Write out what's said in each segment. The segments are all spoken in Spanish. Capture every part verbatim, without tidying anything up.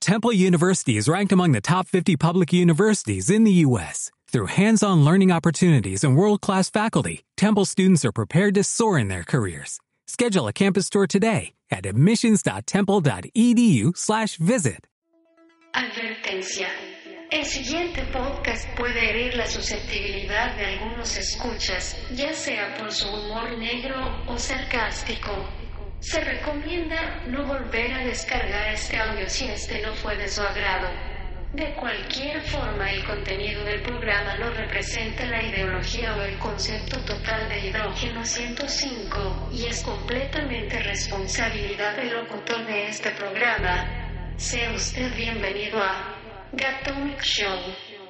Temple University is ranked among the top fifty public universities in the U S Through hands-on learning opportunities and world-class faculty, Temple students are prepared to soar in their careers. Schedule a campus tour today at admissions.temple.edu slash visit. Advertencia. El siguiente podcast puede herir la susceptibilidad de algunos escuchas, ya sea por su humor negro o sarcástico. Se recomienda no volver a descargar este audio si este no fue de su agrado. De cualquier forma, el contenido del programa no representa la ideología o el concepto total de Hidrógeno ciento cinco y es completamente responsabilidad del locutor de este programa. Sea usted bienvenido a Gatomic Show.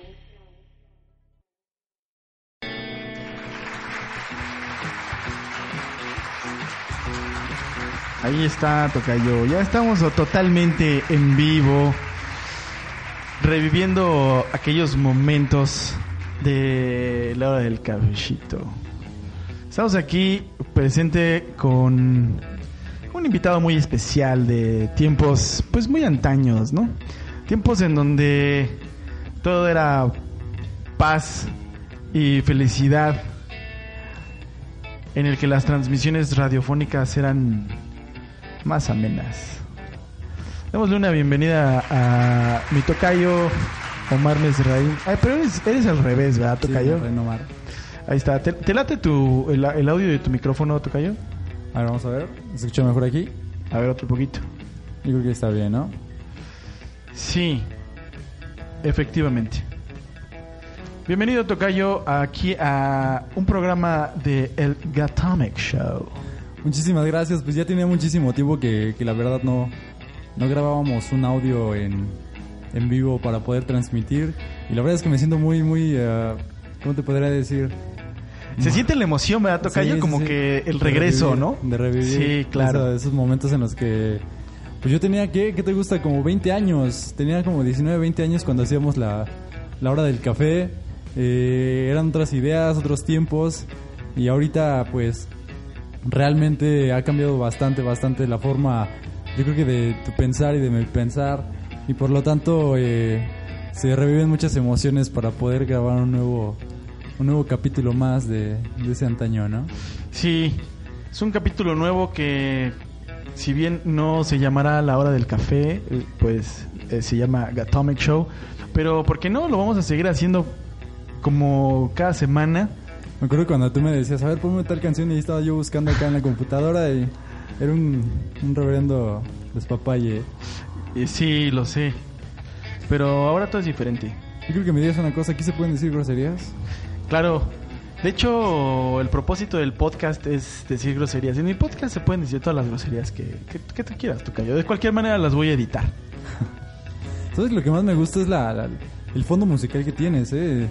Ahí está, tocayo. Ya estamos totalmente en vivo, reviviendo aquellos momentos de la hora del cafecito. Estamos aquí presente con un invitado muy especial de tiempos, pues muy antaños, ¿no? Tiempos en donde todo era paz y felicidad, en el que las transmisiones radiofónicas eran más amenas. Démosle una bienvenida a mi tocayo Omar Mesraín. Ay, pero eres, eres al revés, ¿verdad, tocayo? Sí, Omar. Ahí está. ¿Te, te late tu, el, el audio de tu micrófono, tocayo? A ver, vamos a ver. ¿Se escucha mejor aquí? A ver, otro poquito. Yo creo que está bien, ¿no? Sí, efectivamente. Bienvenido, tocayo, aquí a un programa de El Gatomic Show. Muchísimas gracias. Pues ya tenía muchísimo tiempo que, que la verdad no, no grabábamos un audio en, en vivo para poder transmitir. Y la verdad es que me siento muy, muy... Uh, ¿cómo te podría decir? Se siente la emoción, ¿verdad, tocayo? Sí, Como sí, que el de regreso, revivir, ¿no? De revivir. Sí, claro. Esos, esos momentos en los que... Pues yo tenía, ¿qué? ¿Qué te gusta? Como veinte años. Tenía como diecinueve, veinte años cuando hacíamos la, la hora del café. Eh, eran otras ideas, otros tiempos. Y ahorita, pues, realmente ha cambiado bastante, bastante la forma, yo creo que de tu pensar y de mi pensar. Y por lo tanto, eh, se reviven muchas emociones para poder grabar un nuevo, un nuevo capítulo más de, de ese antaño, ¿no? Sí, es un capítulo nuevo que, si bien no se llamará La Hora del Café, pues eh, se llama Gatomic Show. Pero, ¿por qué no? Lo vamos a seguir haciendo como cada semana. Me acuerdo cuando tú me decías, a ver, ponme tal canción, y ahí estaba yo buscando acá en la computadora y era un, un reverendo despapalle. Y sí, lo sé. Pero ahora todo es diferente. Yo creo que me digas una cosa, ¿aquí se pueden decir groserías? Claro. De hecho, el propósito del podcast es decir groserías. En mi podcast se pueden decir todas las groserías que, que, que tú quieras, tocayo. De cualquier manera las voy a editar. ¿Sabes? Lo que más me gusta es la, la el fondo musical que tienes, ¿eh?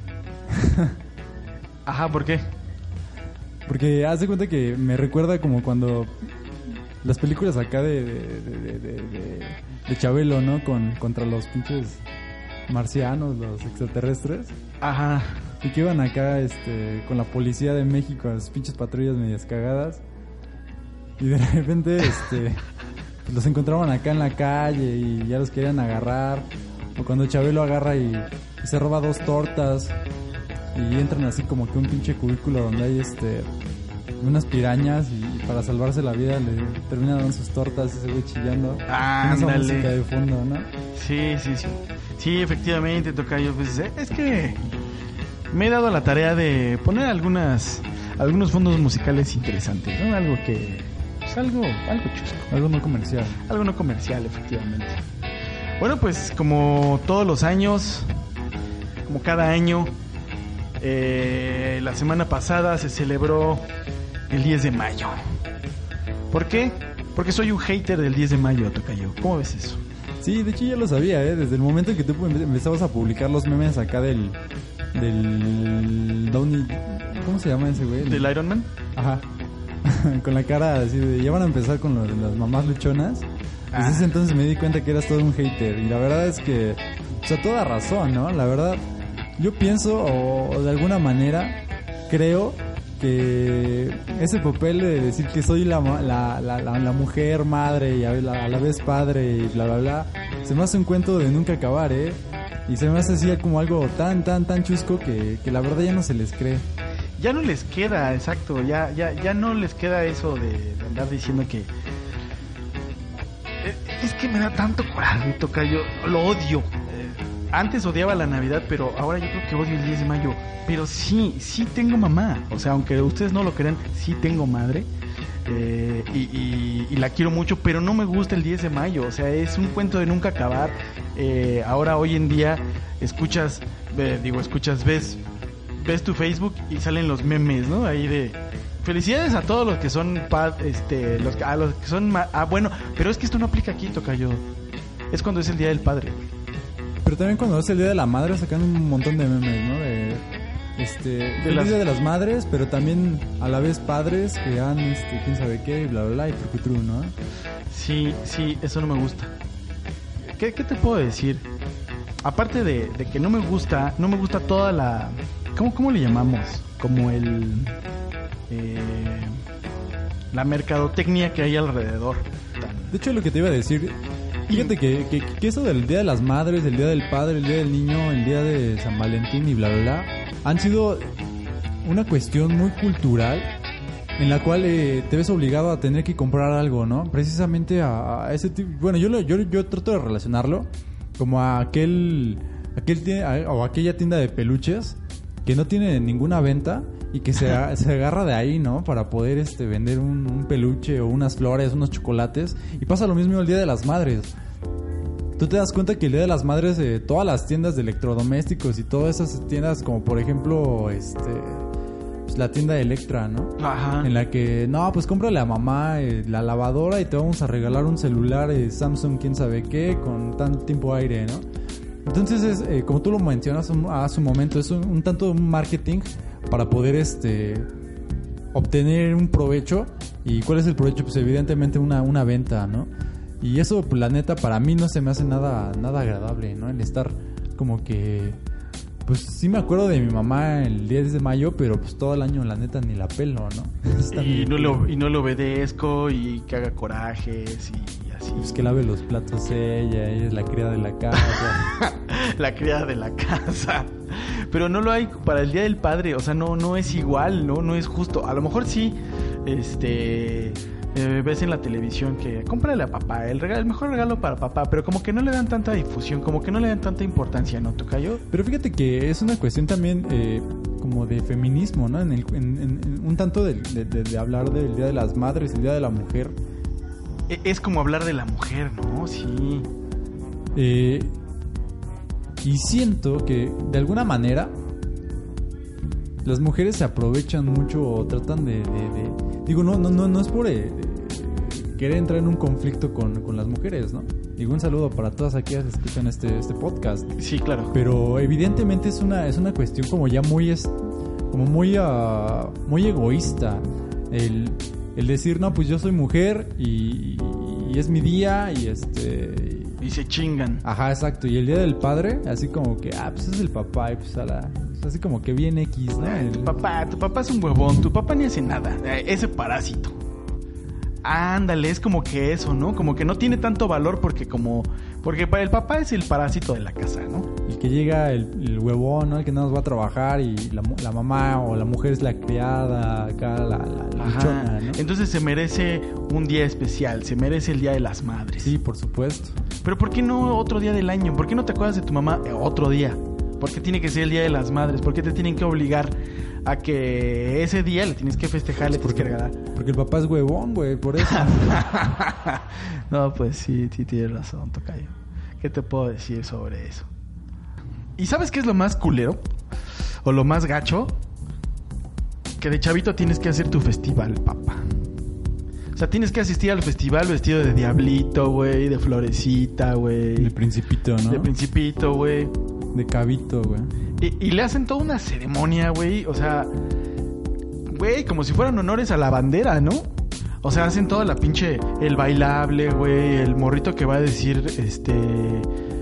Ajá, ¿por qué? Porque haz de cuenta que me recuerda como cuando las películas acá de de, de, de, de, de, de Chabelo, ¿no? Con, contra los pinches marcianos, los extraterrestres. Ajá. Y que iban acá este, con la policía de México, las pinches patrullas medias cagadas. Y de repente este, pues los encontraban acá en la calle y ya los querían agarrar. O cuando Chabelo agarra y, y se roba dos tortas. Y entran así como que un pinche cubículo donde hay este unas pirañas y para salvarse la vida le terminan dando sus tortas y ese güey chillando. Ah, con esa ándale. música de fondo, ¿no? Sí, sí, sí. Sí, efectivamente, tocayo. Pues eh, es que me he dado la tarea de poner algunas algunos fondos musicales interesantes, ¿no? Algo que... Pues algo, algo chusco. Algo no comercial. Algo no comercial, efectivamente. Bueno, pues como todos los años, como cada año, eh, la semana pasada se celebró el diez de mayo. ¿Por qué? Porque soy un hater del diez de mayo, tocayo. ¿Cómo ves eso? Sí, de hecho ya lo sabía, ¿eh? Desde el momento en que tú empezabas a publicar los memes acá del... Del... Downey... ¿Cómo se llama ese güey? ¿Del Iron Man? Ajá. Con la cara así de... Ya van a empezar con lo de las mamás luchonas. Ah. Desde ese entonces me di cuenta que eras todo un hater. Y la verdad es que... O sea, toda razón, ¿no? La verdad... Yo pienso, o, o de alguna manera... Creo que ese papel de decir que soy la, la, la, la, la mujer madre y a la, a la vez padre y bla, bla, bla, se me hace un cuento de nunca acabar, ¿eh? Y se me hace así como algo tan, tan, tan chusco que, que la verdad ya no se les cree. Ya no les queda, exacto, ya, ya, ya no les queda eso de, de andar diciendo que... Es que me da tanto coraje, tocayo, lo odio. Antes odiaba la Navidad, pero ahora yo creo que odio el diez de mayo. Pero sí, sí tengo mamá. O sea, aunque ustedes no lo crean, sí tengo madre. Eh, y, y, y la quiero mucho, pero no me gusta el diez de mayo. O sea, es un cuento de nunca acabar. Eh, ahora, hoy en día, escuchas, eh, digo, escuchas, ves, ves tu Facebook y salen los memes, ¿no? Ahí de... Felicidades a todos los que son pad, este, los, a los que son... Ma- ah, bueno, pero es que esto no aplica aquí, tocayo. Es cuando es el Día del Padre. Pero también cuando es el Día de la Madre sacan un montón de memes, ¿no? De, este, de el las... Día de las Madres, pero también a la vez padres que han, este, quién sabe qué, y bla, bla, bla, y trucutru, ¿no? Sí, sí, eso no me gusta. ¿Qué, qué te puedo decir? Aparte de, de que no me gusta, no me gusta toda la... ¿Cómo, cómo le llamamos? Como el... Eh, la mercadotecnia que hay alrededor. De hecho, lo que te iba a decir... Fíjate que, que, que eso del Día de las Madres, el Día del Padre, el Día del Niño, el Día de San Valentín y bla, bla, bla, han sido una cuestión muy cultural en la cual eh, te ves obligado a tener que comprar algo, ¿no? Precisamente a, a ese tipo... Bueno, yo, lo, yo yo trato de relacionarlo como a aquel, aquel a, o aquella tienda de peluches que no tiene ninguna venta y que se, se agarra de ahí, ¿no? Para poder este vender un, un peluche o unas flores, unos chocolates. Y pasa lo mismo el Día de las Madres. Tú te das cuenta que el Día de las Madres, eh, todas las tiendas de electrodomésticos y todas esas tiendas, como por ejemplo, este, pues la tienda de Electra, ¿no? Ajá. En la que, no, pues cómprale a mamá eh, la lavadora y te vamos a regalar un celular eh, Samsung quién sabe qué con tanto tiempo aire, ¿no? Entonces, es, eh, como tú lo mencionas hace un momento, es un, un tanto un marketing para poder este obtener un provecho. ¿Y cuál es el provecho? Pues evidentemente una, una venta, ¿no? Y eso, pues la neta, para mí no se me hace nada, nada agradable, ¿no? El estar como que... Pues sí me acuerdo de mi mamá el diez de mayo, pero pues todo el año la neta ni la pelo, ¿no? Y no, lo, y no le obedezco y que haga corajes y así. Pues que lave los platos ella, ella es la criada de la casa. La criada de la casa. Pero no lo hay para el Día del Padre, o sea, no, no es igual, ¿no? No es justo. A lo mejor sí, este... Eh, ves en la televisión que cómprale a papá el regalo, el mejor regalo para papá, pero como que no le dan tanta difusión, como que no le dan tanta importancia, ¿no, tocayo? Pero fíjate que es una cuestión también eh, como de feminismo, ¿no? En, el, en, en, en un tanto de, de, de, de hablar del Día de las Madres, el Día de la Mujer. Es como hablar de la mujer, ¿no? Sí. Eh, y siento que de alguna manera las mujeres se aprovechan mucho o tratan de, de, de digo, no, no, no, no es por eh, querer entrar en un conflicto con, con las mujeres, ¿no? Digo, un saludo para todas aquellas que escuchan este, este podcast. Sí, claro. Pero evidentemente es una, es una cuestión como ya muy, es, como muy, uh, muy egoísta. El, el decir, no, pues yo soy mujer y, y es mi día y este... Y se chingan. Ajá, exacto. Y el Día del Padre, así como que, ah, pues es el papá y pues a la... Así como que bien X, ¿no? Ay, el... tu papá, tu papá es un huevón, tu papá ni hace nada, ese parásito. Ándale, es como que eso, ¿no? Como que no tiene tanto valor porque como... Porque para el papá es el parásito de la casa, ¿no? El que llega el, el huevón, ¿no? El que no nos va a trabajar y la, la mamá o la mujer es la criada, acá la, la, la luchona, ¿no? Entonces se merece un día especial, se merece el Día de las Madres. Sí, por supuesto. Pero ¿por qué no otro día del año? ¿Por qué no te acuerdas de tu mamá otro día? ¿Por qué tiene que ser el Día de las Madres? ¿Por qué te tienen que obligar a que ese día le tienes que festejar, le tienes que regalar? Porque el papá es huevón, güey, por eso. No, pues sí, sí tienes razón, tocayo. ¿Qué te puedo decir sobre eso? ¿Y sabes qué es lo más culero? ¿O lo más gacho? Que de chavito tienes que hacer tu festival, papá. O sea, tienes que asistir al festival vestido de diablito, güey, de florecita, güey. De principito, ¿no? De principito, güey. De cabito, güey. Y, y le hacen toda una ceremonia, güey. O sea, güey, como si fueran honores a la bandera, ¿no? O sea, hacen toda la pinche... El bailable, güey. El morrito que va a decir, este...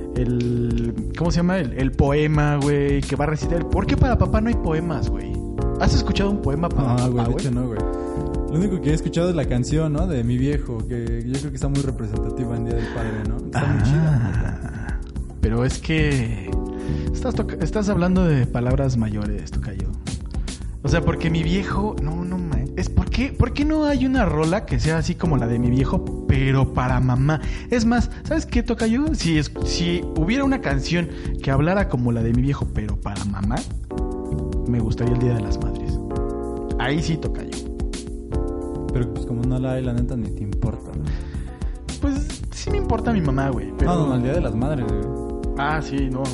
El... ¿Cómo se llama? El, el poema, güey. Que va a recitar... ¿Por qué para papá no hay poemas, güey? ¿Has escuchado un poema para Ah, papá, güey, de güey? hecho no, güey. Lo único que he escuchado es la canción, ¿no? De Mi Viejo, que yo creo que está muy representativa en Día del Padre, ¿no? Está muy chida. Ah, pero es que estás, toca- estás hablando de palabras mayores, tocayo. O sea, porque mi viejo, no, no, ma- es ¿por qué, ¿por qué no hay una rola que sea así como la de mi viejo, pero para mamá? Es más, ¿sabes qué, tocayo? Si es, si hubiera una canción que hablara como la de mi viejo, pero para mamá, me gustaría el Día de las Madres. Ahí sí, tocayo. Pero pues como no la hay, la neta, ni te importa, ¿no? Pues sí me importa mi mamá, güey. Pero... No, no, no, el Día de las Madres, güey. Ah, sí, no.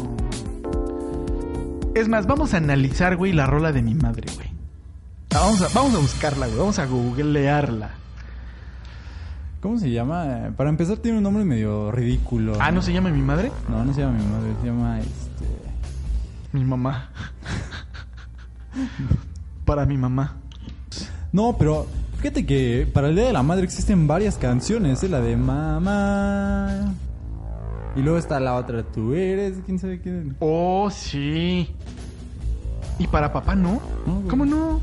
Es más, vamos a analizar, güey, la rola de mi madre, güey. Ah, Vamos a, vamos a buscarla, güey. Vamos a googlearla. ¿Cómo se llama? Eh, Para empezar tiene un nombre medio ridículo. Ah, ¿no se llama mi madre? No, no se llama mi madre, se llama este... Mi mamá. Para mi mamá. No, pero fíjate que para el Día de la Madre existen varias canciones, ¿eh? La de Mamá. Y luego está la otra, Tú eres, quién sabe quién. Oh, sí. ¿Y para papá no? No, güey. ¿Cómo no?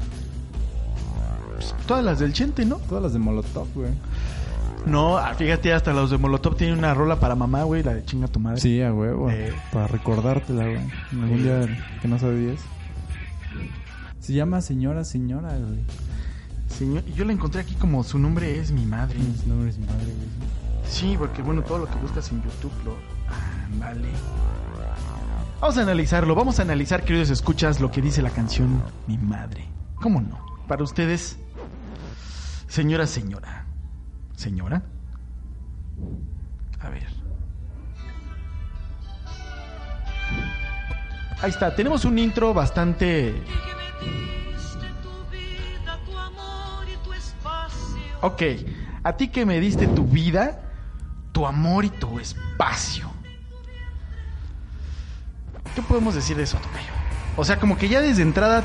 Pues, todas las del Chente, ¿no? Todas las de Molotov, güey. No, ah, fíjate, hasta los de Molotov tienen una rola para mamá, güey, la de Chinga tu madre. Sí, a huevo. Eh. Para recordártela, güey. En algún día que no sabías. Se llama Señora, Señora, güey. Señor, yo la encontré aquí como su nombre es mi madre. Su nombre es mi madre, güey. Sí, porque bueno, todo lo que buscas en YouTube lo... Ah, vale. Vamos a analizarlo, vamos a analizar, queridos escuchas, lo que dice la canción Mi Madre. ¿Cómo no? Para ustedes, señora, señora. ¿Señora? A ver. Ahí está, tenemos un intro bastante... Ok, a ti que me diste tu vida, tu amor y tu espacio. ¿Qué podemos decir de eso, tocayo? O sea, como que ya desde entrada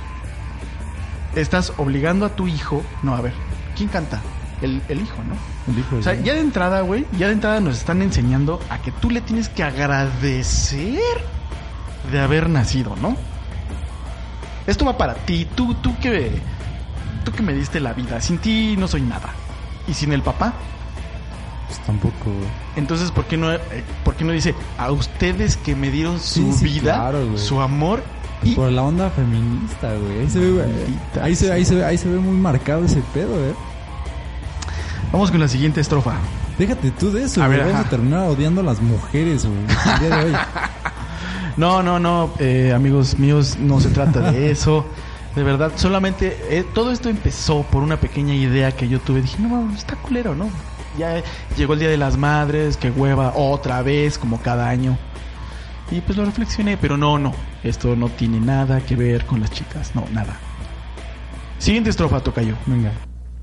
estás obligando a tu hijo... No, a ver, ¿quién canta? El, el hijo, ¿no? El hijo, O sea, güey. ya de entrada, güey, ya de entrada nos están enseñando a que tú le tienes que agradecer de haber nacido, ¿no? Esto va para ti, tú, tú que... Tú que me diste la vida, sin ti no soy nada. Y sin el papá, Pues tampoco, güey. entonces ¿por qué no, eh, ¿por qué no dice a ustedes que me dieron su Sí, sí, vida, claro, güey. su amor y... Por la onda feminista, güey. Ahí se ve, güey. Maldita Ahí se, ve- ahí, se ve, ahí se ve muy marcado ese pedo, eh. Vamos con la siguiente estrofa. Déjate tú de eso, A güey. ver, Vamos ajá. a terminar odiando a las mujeres, güey. El día de hoy. No, no, no, eh, amigos míos, no se trata de eso. De verdad, solamente eh, todo esto empezó por una pequeña idea que yo tuve. Dije, no, mames, está culero, ¿no? Ya llegó el Día de las Madres, que hueva, otra vez, como cada año. Y pues lo reflexioné, pero no, no. Esto no tiene nada que ver con las chicas, no, nada. Siguiente estrofa, tocayo. Venga.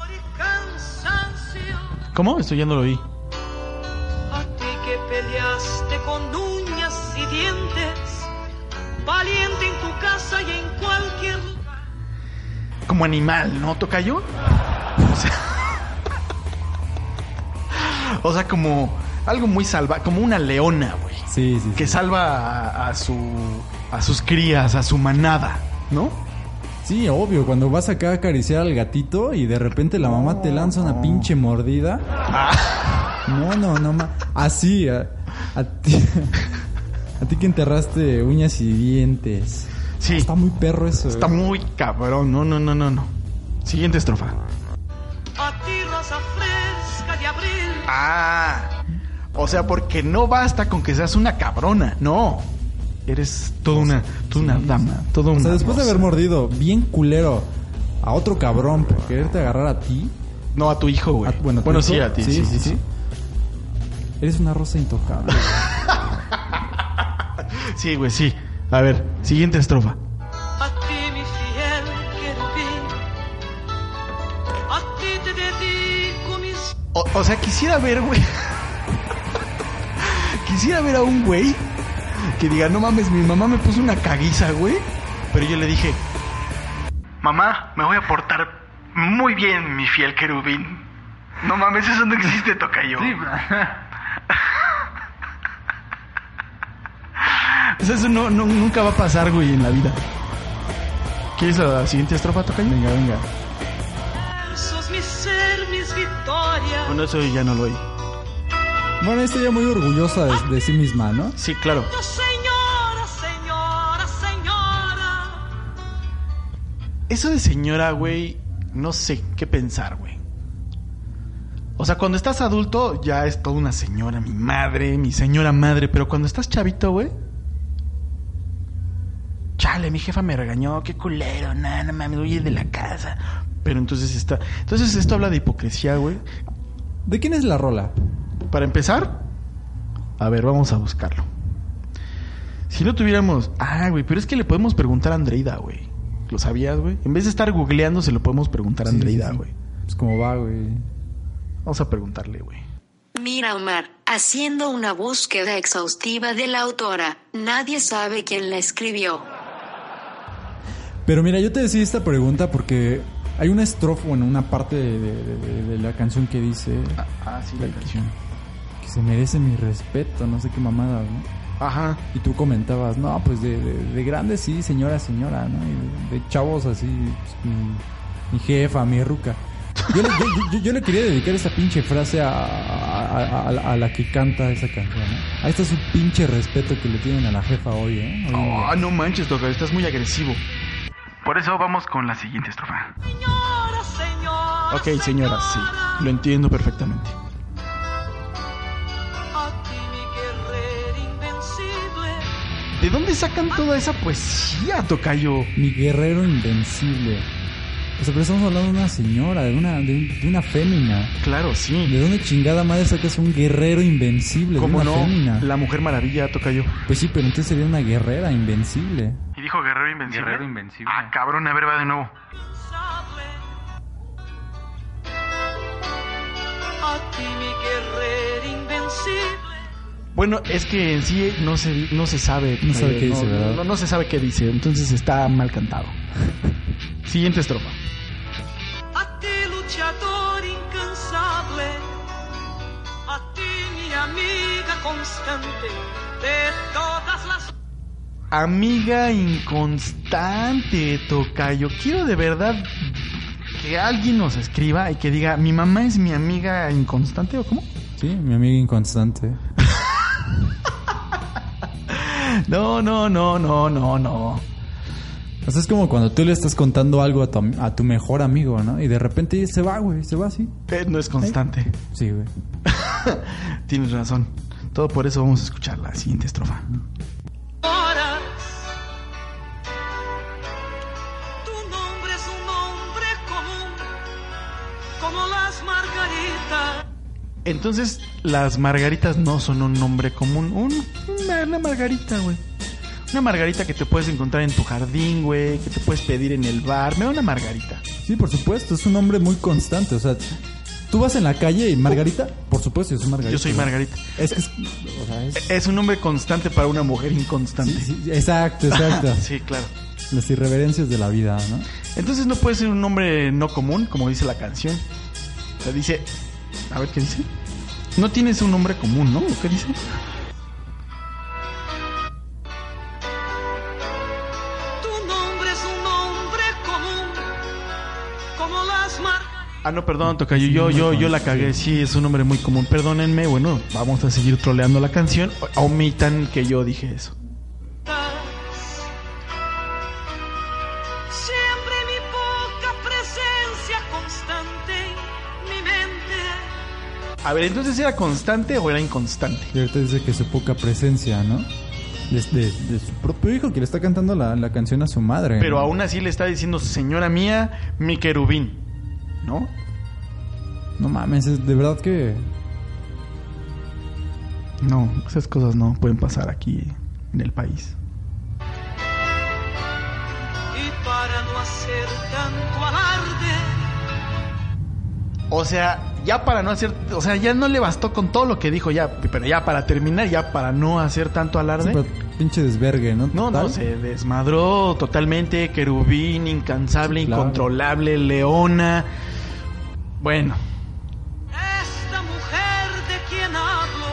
¿Cómo? Esto ya no lo oí. A ti que peleaste con uñas y dientes, valiente en tu casa y en cualquier lugar. Como animal, ¿no, tocayo? O sea, o sea, como algo muy salvaje, como una leona, güey. Sí, sí, Que sí. salva a, a su a sus crías, a su manada, ¿no? Sí, obvio. Cuando vas acá a acariciar al gatito y de repente la mamá te lanza una pinche mordida. No, no, no, ma. Así, a, a ti. A ti que enterraste uñas y dientes. Sí. Está muy perro eso. Está eh. muy cabrón. No, no, no, no, no. Siguiente estrofa. A ti rosa fresca de abril. Ah. O sea, porque no basta con que seas una cabrona. No. Eres toda una, toda una dama. Toda una O sea, después de rosa. haber mordido bien culero a otro cabrón por quererte agarrar a ti. No, a tu hijo, güey. a- bueno, bueno ¿tu sí, hijo? a ti. Sí, sí, sí. Eres una rosa intocable. güey. Sí, güey, sí. A ver, siguiente estrofa. A ti mi fiel querubín. A ti te dedico mis... O, o sea, quisiera ver, güey. Quisiera ver a un güey que diga, no mames, mi mamá me puso una caguiza, güey. Pero yo le dije, mamá, me voy a portar muy bien, mi fiel querubín. No mames, eso no existe, tocayo. Sí, o sea, eso no, no, nunca va a pasar, güey, en la vida. ¿Quieres la siguiente estrofa, tocayo? Venga, venga. Sos mi ser, mis victorias. Bueno, eso ya no lo oí. Bueno, esta ya muy orgullosa de, de sí misma, ¿no? Sí, claro. Señora, señora, señora. Eso de señora, güey, no sé qué pensar, güey. O sea, cuando estás adulto ya es toda una señora, mi madre, mi señora madre. Pero cuando estás chavito, güey, chale, mi jefa me regañó, qué culero, nada, no mames, huye de la casa. Pero entonces está... Entonces esto habla de hipocresía, güey. ¿De quién es la rola? Para empezar, a ver, vamos a buscarlo. Si no tuviéramos... Ah, güey, pero es que le podemos preguntar a Andreida, güey. ¿Lo sabías, güey? En vez de estar googleando, se lo podemos preguntar a Andreida, güey. Sí, sí, sí. Pues como va, güey. Vamos a preguntarle, güey. Mira, Omar, haciendo una búsqueda exhaustiva de la autora, nadie sabe quién la escribió. Pero mira, yo te decía esta pregunta porque hay una estrofa, bueno, una parte de, de, de, de la canción que dice... Ah, ah sí, la canción. Que se merece mi respeto, no sé qué mamada, ¿no? Ajá. Y tú comentabas, no, pues de, de, de grande sí, señora, señora, ¿no? Y de, de chavos así, pues, mi, mi jefa, mi ruca. Yo le, yo, yo, yo le quería dedicar esa pinche frase a, a, a, a, a la que canta esa canción, ¿no? Ahí está su pinche respeto que le tienen a la jefa hoy, ¿eh? Ah, oh, no manches, Toca, estás muy agresivo. Por eso vamos con la siguiente estrofa. Señora, señora. Ok, señora, sí. Lo entiendo perfectamente. A ti, mi guerrera invencible. ¿De dónde sacan toda esa poesía, tocayo? Mi guerrero invencible. O sea, pero estamos hablando de una señora, de una, de, de una fémina. Claro, sí. ¿De dónde chingada madre sacas un guerrero invencible? ¿Cómo de una no? fémina? La Mujer Maravilla, tocayo. Pues sí, pero entonces sería una guerrera invencible. ¿Y dijo guerrero invencible? Guerrero invencible. Ah, cabrón, a ver, va de nuevo. A ti, mi guerrera invencible. Bueno, es que en sí no se, no se sabe. No sabe eh, qué dice, no, ¿verdad? No, no se sabe qué dice, entonces está mal cantado. Siguiente estrofa. A ti, luchador incansable. A ti, mi amiga constante de todas las... Amiga inconstante, tocayo. Quiero de verdad que alguien nos escriba y que diga, ¿mi mamá es mi amiga inconstante o cómo? Sí, mi amiga inconstante. No, no, no, no, no, no. O sea, es como cuando tú le estás contando algo a tu, a tu mejor amigo, ¿no? Y de repente se va, güey, se va así. Eh, no es constante. Sí, güey. Tienes razón. Todo por eso vamos a escuchar la siguiente estrofa. Horas. Tu nombre es un nombre común, como las margaritas. Entonces, las margaritas no son un nombre común. Un, una, una margarita, güey. Una margarita que te puedes encontrar en tu jardín, güey. Que te puedes pedir en el bar. Me da una margarita. Sí, por supuesto, es un nombre muy constante. O sea, tú vas en la calle y Margarita, por supuesto, yo soy Margarita. Yo soy Margarita. Es que es, o sea, es... Es un nombre constante para una mujer inconstante. Sí, sí, exacto, exacto. Sí, claro. Las irreverencias de la vida, ¿no? Entonces no puede ser un nombre no común, como dice la canción. O sea, dice... A ver, ¿qué dice? No tienes un nombre común, ¿no? ¿O qué dice? Tu nombre es un nombre común, como las margaritas. Ah, no, perdón, tocayo. Yo, yo, yo la cagué. Sí, es un nombre muy común. Perdónenme. Bueno, vamos a seguir troleando la canción. Omitan que yo dije eso. Siempre mi poca presencia constante en mi mente. A ver, ¿entonces era constante o era inconstante? Y ahorita dice que su poca presencia, ¿no? De, de, de su propio hijo que le está cantando la, la canción a su madre. Pero ¿no? aún así le está diciendo, señora mía, mi querubín. ¿No? No mames, es de verdad que... No, esas cosas no pueden pasar aquí en el país. Y para no hacer tanto alarde, O sea, ya para no hacer... O sea, ya no le bastó con todo lo que dijo ya. Pero ya para terminar, ya para no hacer tanto alarde... Sí, pero pinche desvergue, ¿no? No, Total. no, se desmadró totalmente. Querubín, incansable, Sí, claro. incontrolable, leona. Bueno, esta mujer de quien hablo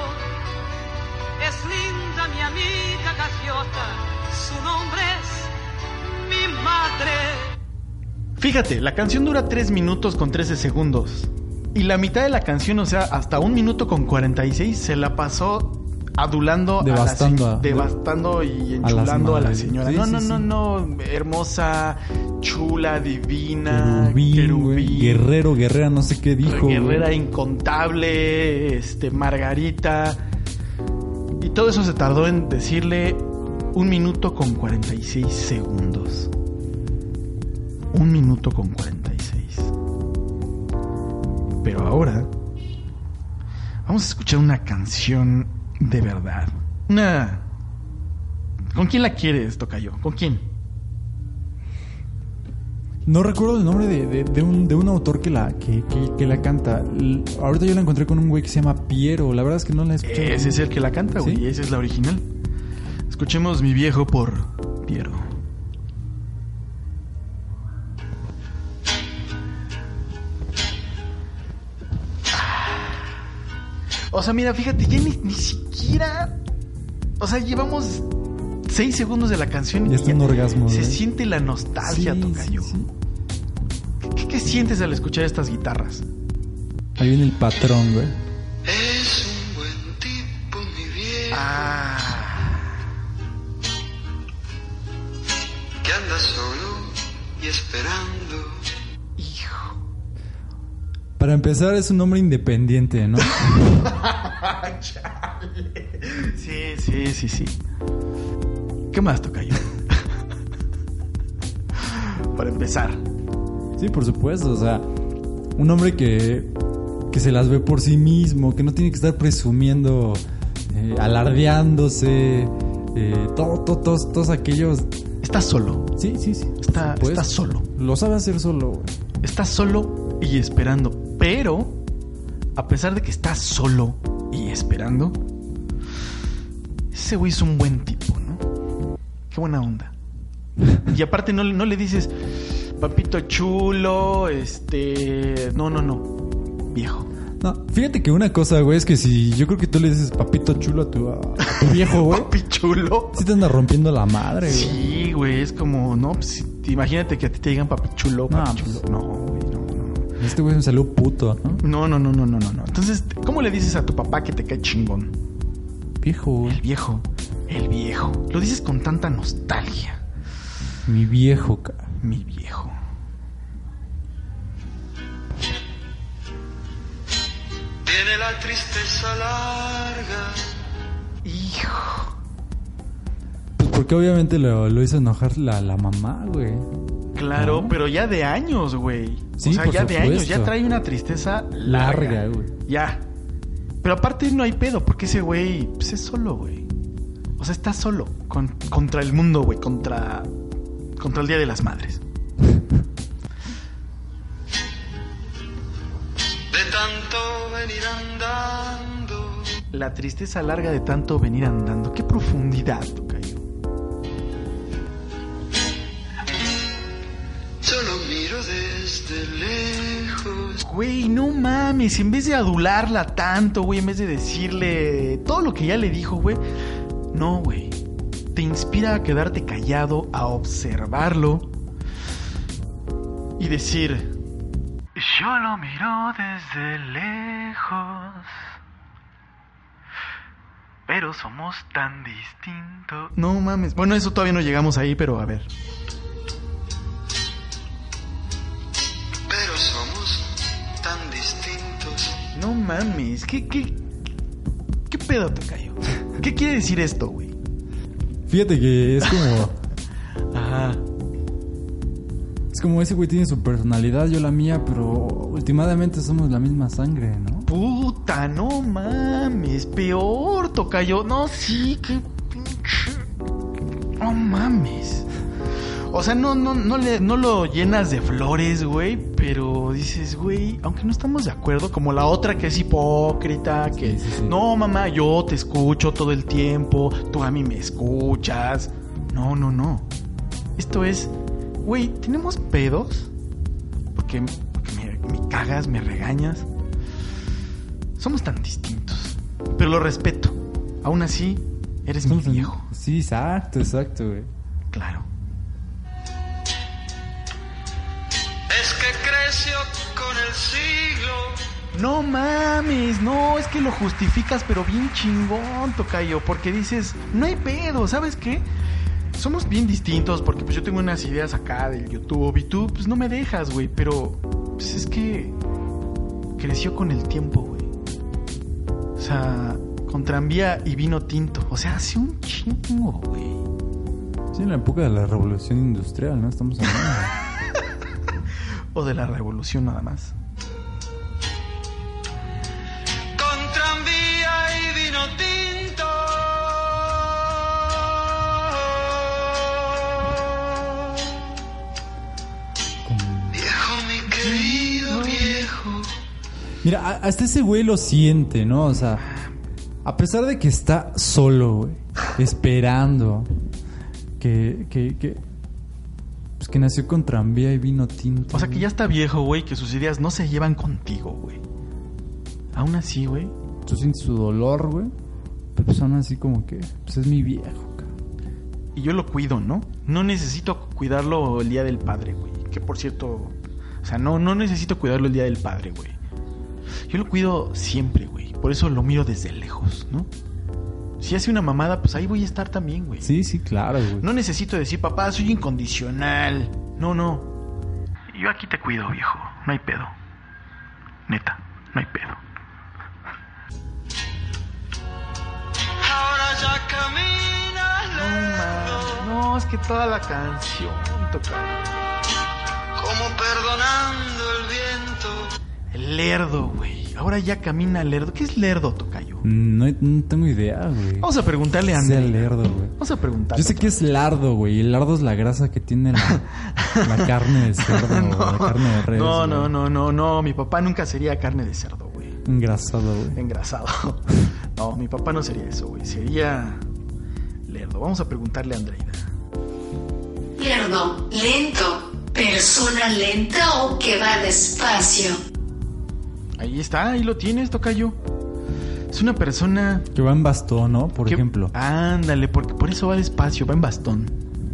es linda, mi amiga gaviota. Su nombre es mi madre. Fíjate, la canción dura tres minutos con trece segundos. Y la mitad de la canción, o sea, hasta un minuto con cuarenta y seis, se la pasó adulando, devastando, a la, a, devastando y enchulando a, a la señora. Sí, no, sí, no, sí. no, no, hermosa, chula, divina, querubín, querubín, guerrero, guerrera, no sé qué dijo. Guerrera güey. incontable, este, Margarita. Y todo eso se tardó en decirle un minuto con cuarenta y seis segundos. Un minuto con cuarenta y seis. Pero ahora vamos a escuchar una canción de verdad. Una... ¿Con quién la quieres, tocayo? ¿Con quién? No recuerdo el nombre de, de, de, un, de un autor que la, que, que, que la canta. L- ahorita yo la encontré con un güey que se llama Piero. La verdad es que no la he escuchado. Ese es el que la canta, güey. ¿Sí? Esa es la original. Escuchemos Mi Viejo por Piero. O sea, mira, fíjate, ya ni, ni siquiera... O sea, llevamos seis segundos de la canción Ya y está un orgasmo, se ¿eh? siente la nostalgia, Sí, tocayo. sí, sí. ¿Qué, qué sientes al escuchar estas guitarras? Ahí viene el patrón, güey. Es un buen tipo, mi viejo, Ah, que anda solo y esperando. hijo. Para empezar, es un hombre independiente, ¿no? Chale. Sí, sí, sí, sí. ¿Qué más, tocayo? Para empezar. Sí, por supuesto. O sea, un hombre que, que se las ve por sí mismo, que no tiene que estar presumiendo, eh, alardeándose, eh, todo, todo, todos, todos aquellos... Está solo. Sí, sí, sí. Está, por supuesto. está solo. Lo sabe hacer solo, güey. Está solo y esperando. Pero, a pesar de que está solo y esperando, ese güey es un buen tipo, ¿no? Qué buena onda. Y aparte no, no le dices, papito chulo, este... No, no, no. Viejo. No, fíjate que una cosa, güey, es que si yo creo que tú le dices papito chulo a tu, a tu viejo, güey, Papi chulo. sí te anda rompiendo la madre, güey. Sí, güey, es como, no, pues, imagínate que a ti te digan papi chulo, papi No, chulo. pues. No, güey, no, no. Este güey me salió puto, ¿no? No, no, no, no, no, no, no. Entonces, ¿cómo le dices a tu papá que te cae chingón? Viejo, güey. El viejo, el viejo. Lo dices con tanta nostalgia. Mi viejo, cara. Mi viejo. Tiene la tristeza larga. Hijo. Pues porque obviamente lo, lo hizo enojar la, la mamá, güey. Claro, Ah. pero ya de años, güey. Sí, o sea, por ya de supuesto. años. Ya trae una tristeza larga. Larga, güey. Ya. Pero aparte no hay pedo, porque ese güey pues es solo, güey. O sea, está solo. Con, contra el mundo, güey. Contra... Contra el Día de las Madres. De tanto venir andando. La tristeza larga de tanto venir andando. Qué profundidad, tocayo. Solo miro desde lejos. Güey, no mames. En vez de adularla tanto, güey. En vez de decirle todo lo que ya le dijo, güey. No, güey. Te inspira a quedarte callado, a observarlo y decir: yo lo miro desde lejos, pero somos tan distintos. No mames. Bueno, eso todavía no llegamos ahí, pero a ver. Pero somos tan distintos. No mames. ¿Qué, qué, qué pedo, tocayo? ¿Qué quiere decir esto, güey? Fíjate que es como... Ajá. Es como ese güey tiene su personalidad, yo la mía, pero últimamente somos la misma sangre, ¿no? Puta, no mames. Peor, tocayo. No, sí, qué pinche. No mames. O sea, no, no, no, le, no lo llenas de flores, güey. Pero dices, güey, aunque no estamos de acuerdo, como la otra que es hipócrita, que Sí, sí, sí. no, mamá, yo te escucho todo el tiempo, tú a mí me escuchas. No, no, no. Esto es, güey, ¿tenemos pedos? Porque, porque me, me cagas, me regañas. Somos tan distintos, pero lo respeto. Aún así, eres mi Somos el- viejo. Sí, exacto, exacto, güey. Claro. No mames, no, es que lo justificas pero bien chingón, tocayo, porque dices, no hay pedo, ¿sabes qué? Somos bien distintos porque pues yo tengo unas ideas acá del YouTube y tú pues no me dejas, güey, pero pues es que creció con el tiempo, güey. O sea, con tranvía y vino tinto, o sea, hace un chingo, güey. Sí, en la época de la revolución industrial, ¿no? Estamos hablando. O de la revolución nada más. Mira, hasta ese güey lo siente, ¿no? O sea, a pesar de que está solo, güey, esperando que, que, que, pues que nació con tranvía y vino tinto. O sea, que ya está viejo, güey, que sus ideas no se llevan contigo, güey. Aún así, güey. Tú sientes su dolor, güey, pero pues aún así como que, pues es mi viejo, cabrón. Y yo lo cuido, ¿no? No necesito cuidarlo el día del padre, güey. Que por cierto, o sea, no, no necesito cuidarlo el día del padre, güey. Yo lo cuido siempre, güey. Por eso lo miro desde lejos, ¿no? Si hace una mamada, pues ahí voy a estar también, güey. Sí, sí, claro, güey. No necesito decir, papá, soy incondicional. No, no. Yo aquí te cuido, viejo. No hay pedo. Neta, no hay pedo. Ahora ya caminas No, man. No, es que toda la canción toca. como perdonando el viento. El lerdo, güey. Ahora ya camina lerdo. ¿Qué es lerdo, tocayo? No, no tengo idea, güey. Vamos a preguntarle a ¿Qué sea André. lerdo, güey? Vamos a preguntarle. Yo sé que es lardo, güey. El lardo es la grasa que tiene la, la carne de cerdo, no, o la carne de res. no, güey. no, no, no, no. Mi papá nunca sería carne de cerdo, güey. Engrasado, güey. Engrasado. No, mi papá no sería eso, güey. Sería lerdo. Vamos a preguntarle a Andreida. Lerdo, lento. Persona lenta o que va despacio. Ahí está, ahí lo tienes, tocayo. Es una persona... Que va en bastón, ¿no? Por que- ejemplo. Ándale, porque por eso va despacio, va en bastón.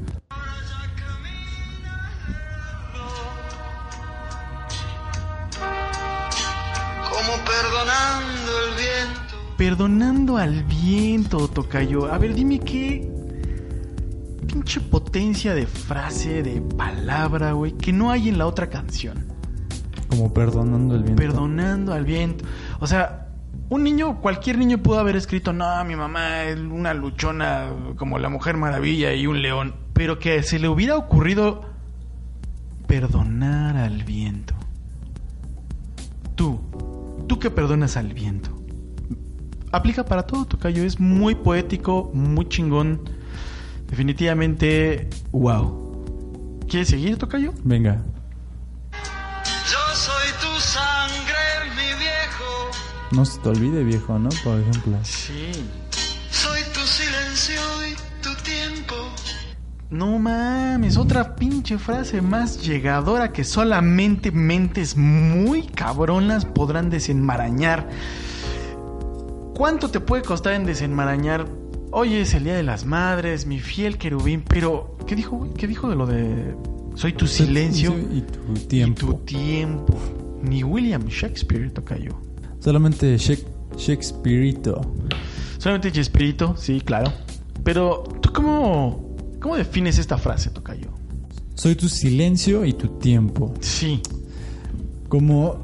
Como perdonando el viento. Perdonando al viento, tocayo. A ver, dime qué... pinche potencia de frase, de palabra, güey, que no hay en la otra canción. Como perdonando el viento. Perdonando al viento. O sea, un niño, cualquier niño pudo haber escrito, no, mi mamá es una luchona como la Mujer Maravilla y un león. Pero que se le hubiera ocurrido perdonar al viento. Tú, tú que perdonas al viento. Aplica para todo, tocayo. Es muy poético, muy chingón. Definitivamente, wow. ¿Quieres seguir, tocayo? Venga. Yo soy tu sangre, mi viejo. No se te olvide, viejo, ¿no? Por ejemplo. Sí. Soy tu silencio y tu tiempo. No mames, otra pinche frase más llegadora que solamente mentes muy cabronas podrán desenmarañar. ¿Cuánto te puede costar en desenmarañar? Oye, es el Día de las Madres, mi fiel querubín, pero ¿qué dijo, güey? ¿Qué dijo de lo de soy tu silencio Y tu tiempo. y tu tiempo? Ni William Shakespeare, tocayo. Solamente Shak- Shakespeareito. Solamente Chespirito, sí, claro. Pero, ¿tú cómo, cómo defines esta frase, tocayo? Soy tu silencio y tu tiempo. Sí. Como...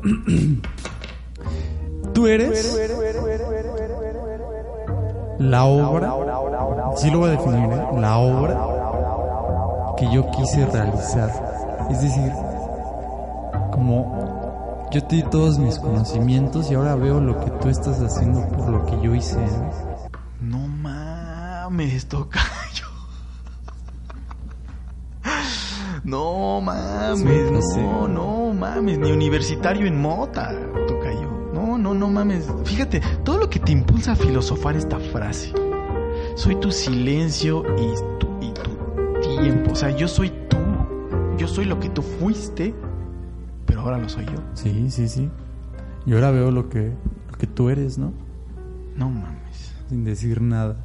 Tú eres... La obra... Sí lo voy a definir, ¿eh? La obra que yo quise realizar. Es decir, como... Yo te di todos mis conocimientos y ahora veo lo que tú estás haciendo por lo que yo hice, ¿no? No mames, tocayo. No mames, Sí, no, sí. no mames, ni universitario en mota, tocayo. No, no, no mames. Fíjate, todo lo que te impulsa a filosofar esta frase. Soy tu silencio y tu, y tu tiempo. O sea, yo soy tú. Yo soy lo que tú fuiste, pero ahora lo soy yo. Sí, sí, sí. Y ahora veo lo que, lo que tú eres, ¿no? No mames. Sin decir nada.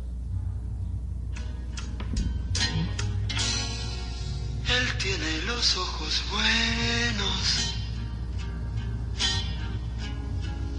Él tiene los ojos buenos.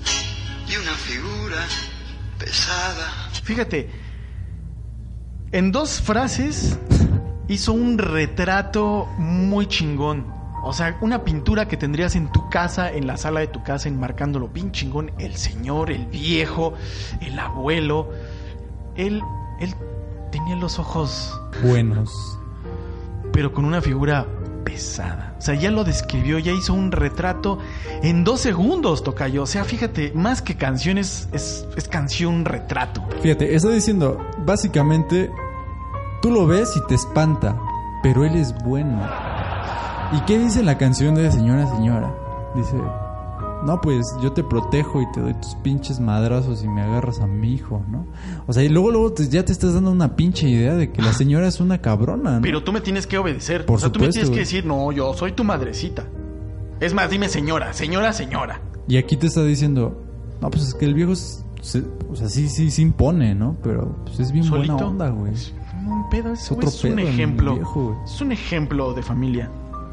y una figura pesada. Fíjate, en dos frases hizo un retrato muy chingón. O sea, una pintura que tendrías en tu casa, en la sala de tu casa, enmarcándolo bien chingón. El señor, el viejo, el abuelo. Él, él tenía los ojos buenos, pero con una figura pesada. O sea, ya lo describió, ya hizo un retrato en dos segundos, tocayo. O sea, fíjate, más que canciones, es, es canción retrato. Fíjate, está diciendo, básicamente, tú lo ves y te espanta, pero él es bueno. ¿Y qué dice la canción de Señora, Señora? Dice, no, pues yo te protejo y te doy tus pinches madrazos y me agarras a mi hijo, ¿no? O sea, y luego, luego te, ya te estás dando una pinche idea de que la señora es una cabrona, ¿no? Pero tú me tienes que obedecer. Por o sea, supuesto, tú me tienes güey. que decir, no, yo soy tu madrecita. Es más, dime señora, señora, señora. Y aquí te está diciendo, no, pues es que el viejo, es, se, o sea, sí, sí, se impone, ¿no? Pero pues es bien Solito. buena onda, güey. Es un pedo, es, Es otro es un pedo, ejemplo. el viejo, güey. Es un ejemplo de familia.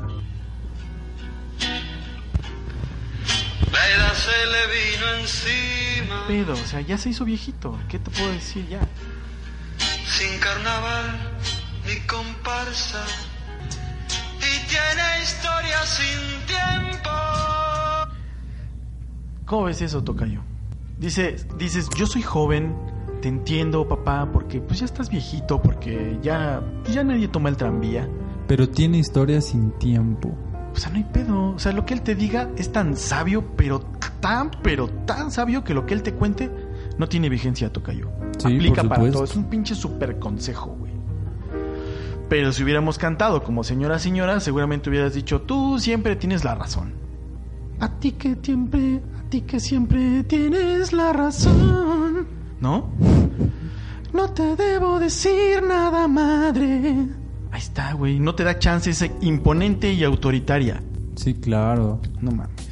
La edad se le vino encima. Pedo, o sea, ya se hizo viejito. ¿Qué te puedo decir ya? Sin carnaval ni comparsa. Y tiene historia sin tiempo. ¿Cómo ves eso, tocayo? Dice, dices, yo soy joven, te entiendo, papá, porque pues ya estás viejito, porque ya, ya nadie toma el tranvía. Pero tiene historia sin tiempo. O sea, no hay pedo. O sea, lo que él te diga es tan sabio, pero tan, pero tan sabio que lo que él te cuente no tiene vigencia, tocayo. Sí, Aplica por para supuesto. todo. Es un pinche super consejo, güey. Pero si hubiéramos cantado como señora, señora, seguramente hubieras dicho, tú siempre tienes la razón. A ti que siempre, a ti que siempre tienes la razón. ¿No? No te debo decir nada, madre. Ahí está, güey. No te da chance, es imponente y autoritaria. Sí, claro. No mames.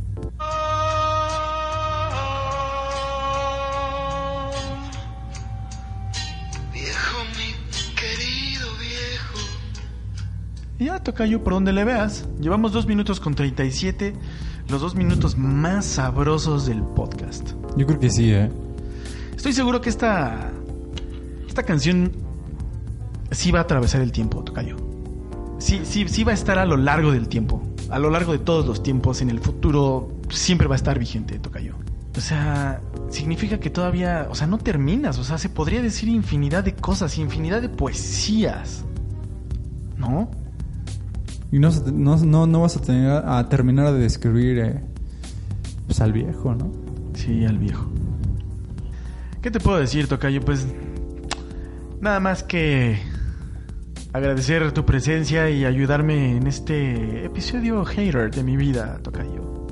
Viejo, mi querido viejo. Y ya, tocayo, por donde le veas. Llevamos dos minutos con treinta y siete. Los dos minutos más sabrosos del podcast. Yo creo que sí, ¿eh? Estoy seguro que esta... Esta canción sí va a atravesar el tiempo, tocayo. Sí, sí, sí va a estar a lo largo del tiempo. A lo largo de todos los tiempos. En el futuro siempre va a estar vigente, tocayo. O sea, significa que todavía... O sea, no terminas. O sea, se podría decir infinidad de cosas, infinidad de poesías. ¿No? Y no, se- no, no, no vas a, tener, a terminar de describir eh, pues al viejo, ¿no? Sí, al viejo. ¿Qué te puedo decir, tocayo? Pues... Nada más que... agradecer tu presencia y ayudarme en este episodio hater de mi vida, tocayo.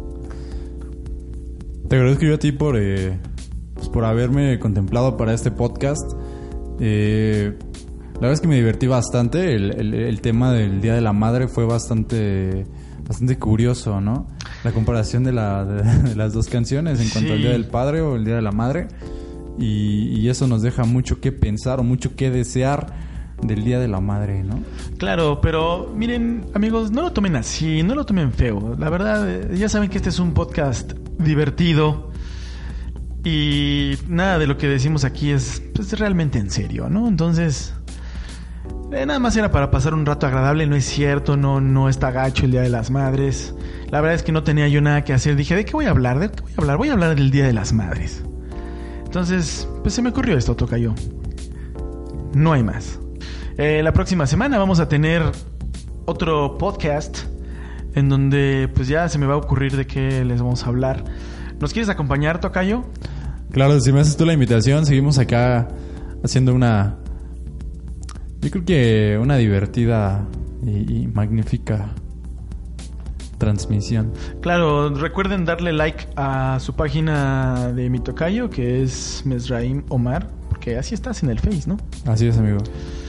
Te agradezco yo a ti por, eh, pues por haberme contemplado para este podcast. Eh, la verdad es que me divertí bastante. El, el, el tema del Día de la Madre fue bastante bastante curioso, ¿no? La comparación de, la, de, de las dos canciones en cuanto Sí. al Día del Padre o el Día de la Madre. Y, y eso nos deja mucho que pensar o mucho que desear del Día de la Madre, ¿no? Claro, pero miren, amigos, no lo tomen así, no lo tomen feo. La verdad, eh, ya saben que este es un podcast divertido y nada de lo que decimos aquí es pues, realmente en serio, ¿no? Entonces, eh, nada más era para pasar un rato agradable, no es cierto, no, no está gacho el Día de las Madres. La verdad es que no tenía yo nada que hacer. Dije, ¿de qué voy a hablar? ¿De qué voy a hablar? Voy a hablar del Día de las Madres. Entonces, pues se me ocurrió esto, tocayo. No hay más. Eh, la próxima semana vamos a tener otro podcast en donde pues ya se me va a ocurrir de qué les vamos a hablar. ¿Nos quieres acompañar, tocayo? Claro, si me haces tú la invitación, seguimos acá haciendo una... Yo creo que una divertida y, y magnífica transmisión. Claro, recuerden darle like a su página de mi tocayo, que es Mesraim Omar, porque así estás en el Face, ¿no? Así es, amigo.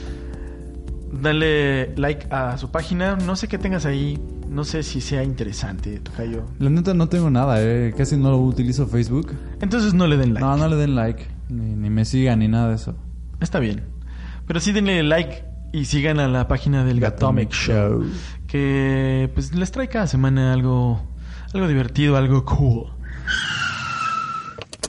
Dale like a su página, no sé qué tengas ahí, no sé si sea interesante, tocayo. La neta no tengo nada, eh. Casi no lo utilizo Facebook. Entonces no le den like. No, no le den like. Ni, ni me sigan ni nada de eso. Está bien. Pero sí denle like y sigan a la página del Gatomic Show, que pues les trae cada semana algo algo divertido, algo cool.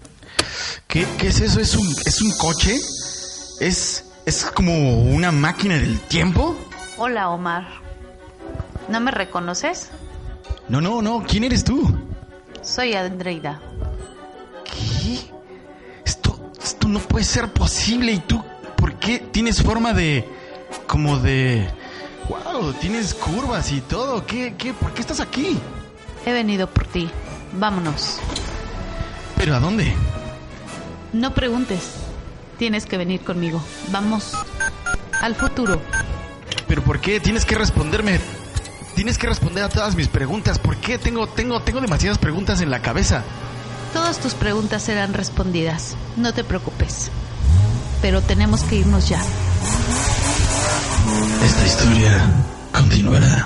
¿Qué, qué es eso? ¿Es un, es un coche? ¿Es, ¿Es como una máquina del tiempo? Hola, Omar. ¿No me reconoces? No, no, no. ¿Quién eres tú? Soy Andreida. ¿Qué? Esto, esto no puede ser posible. ¿Y tú por qué tienes forma de... como de... wow, tienes curvas y todo? ¿Qué, qué, por qué estás aquí? He venido por ti. Vámonos. ¿Pero a dónde? No preguntes. Tienes que venir conmigo. Vamos al futuro. ¿Pero por qué? Tienes que responderme. Tienes que responder a todas mis preguntas. ¿Por qué? Tengo, tengo, tengo demasiadas preguntas en la cabeza. Todas tus preguntas serán respondidas. No te preocupes. Pero tenemos que irnos ya. Esta historia continuará.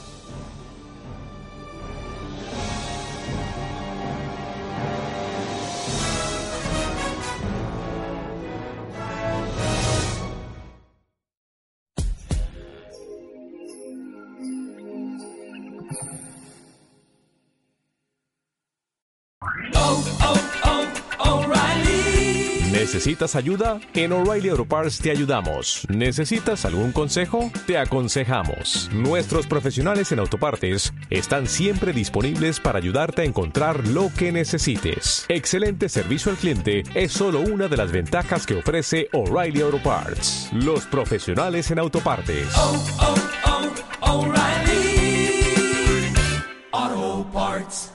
¿Necesitas ayuda? En O'Reilly Auto Parts te ayudamos. ¿Necesitas algún consejo? Te aconsejamos. Nuestros profesionales en autopartes están siempre disponibles para ayudarte a encontrar lo que necesites. Excelente servicio al cliente es solo una de las ventajas que ofrece O'Reilly Auto Parts. Los profesionales en autopartes. Oh, oh, oh, O'Reilly Auto Parts.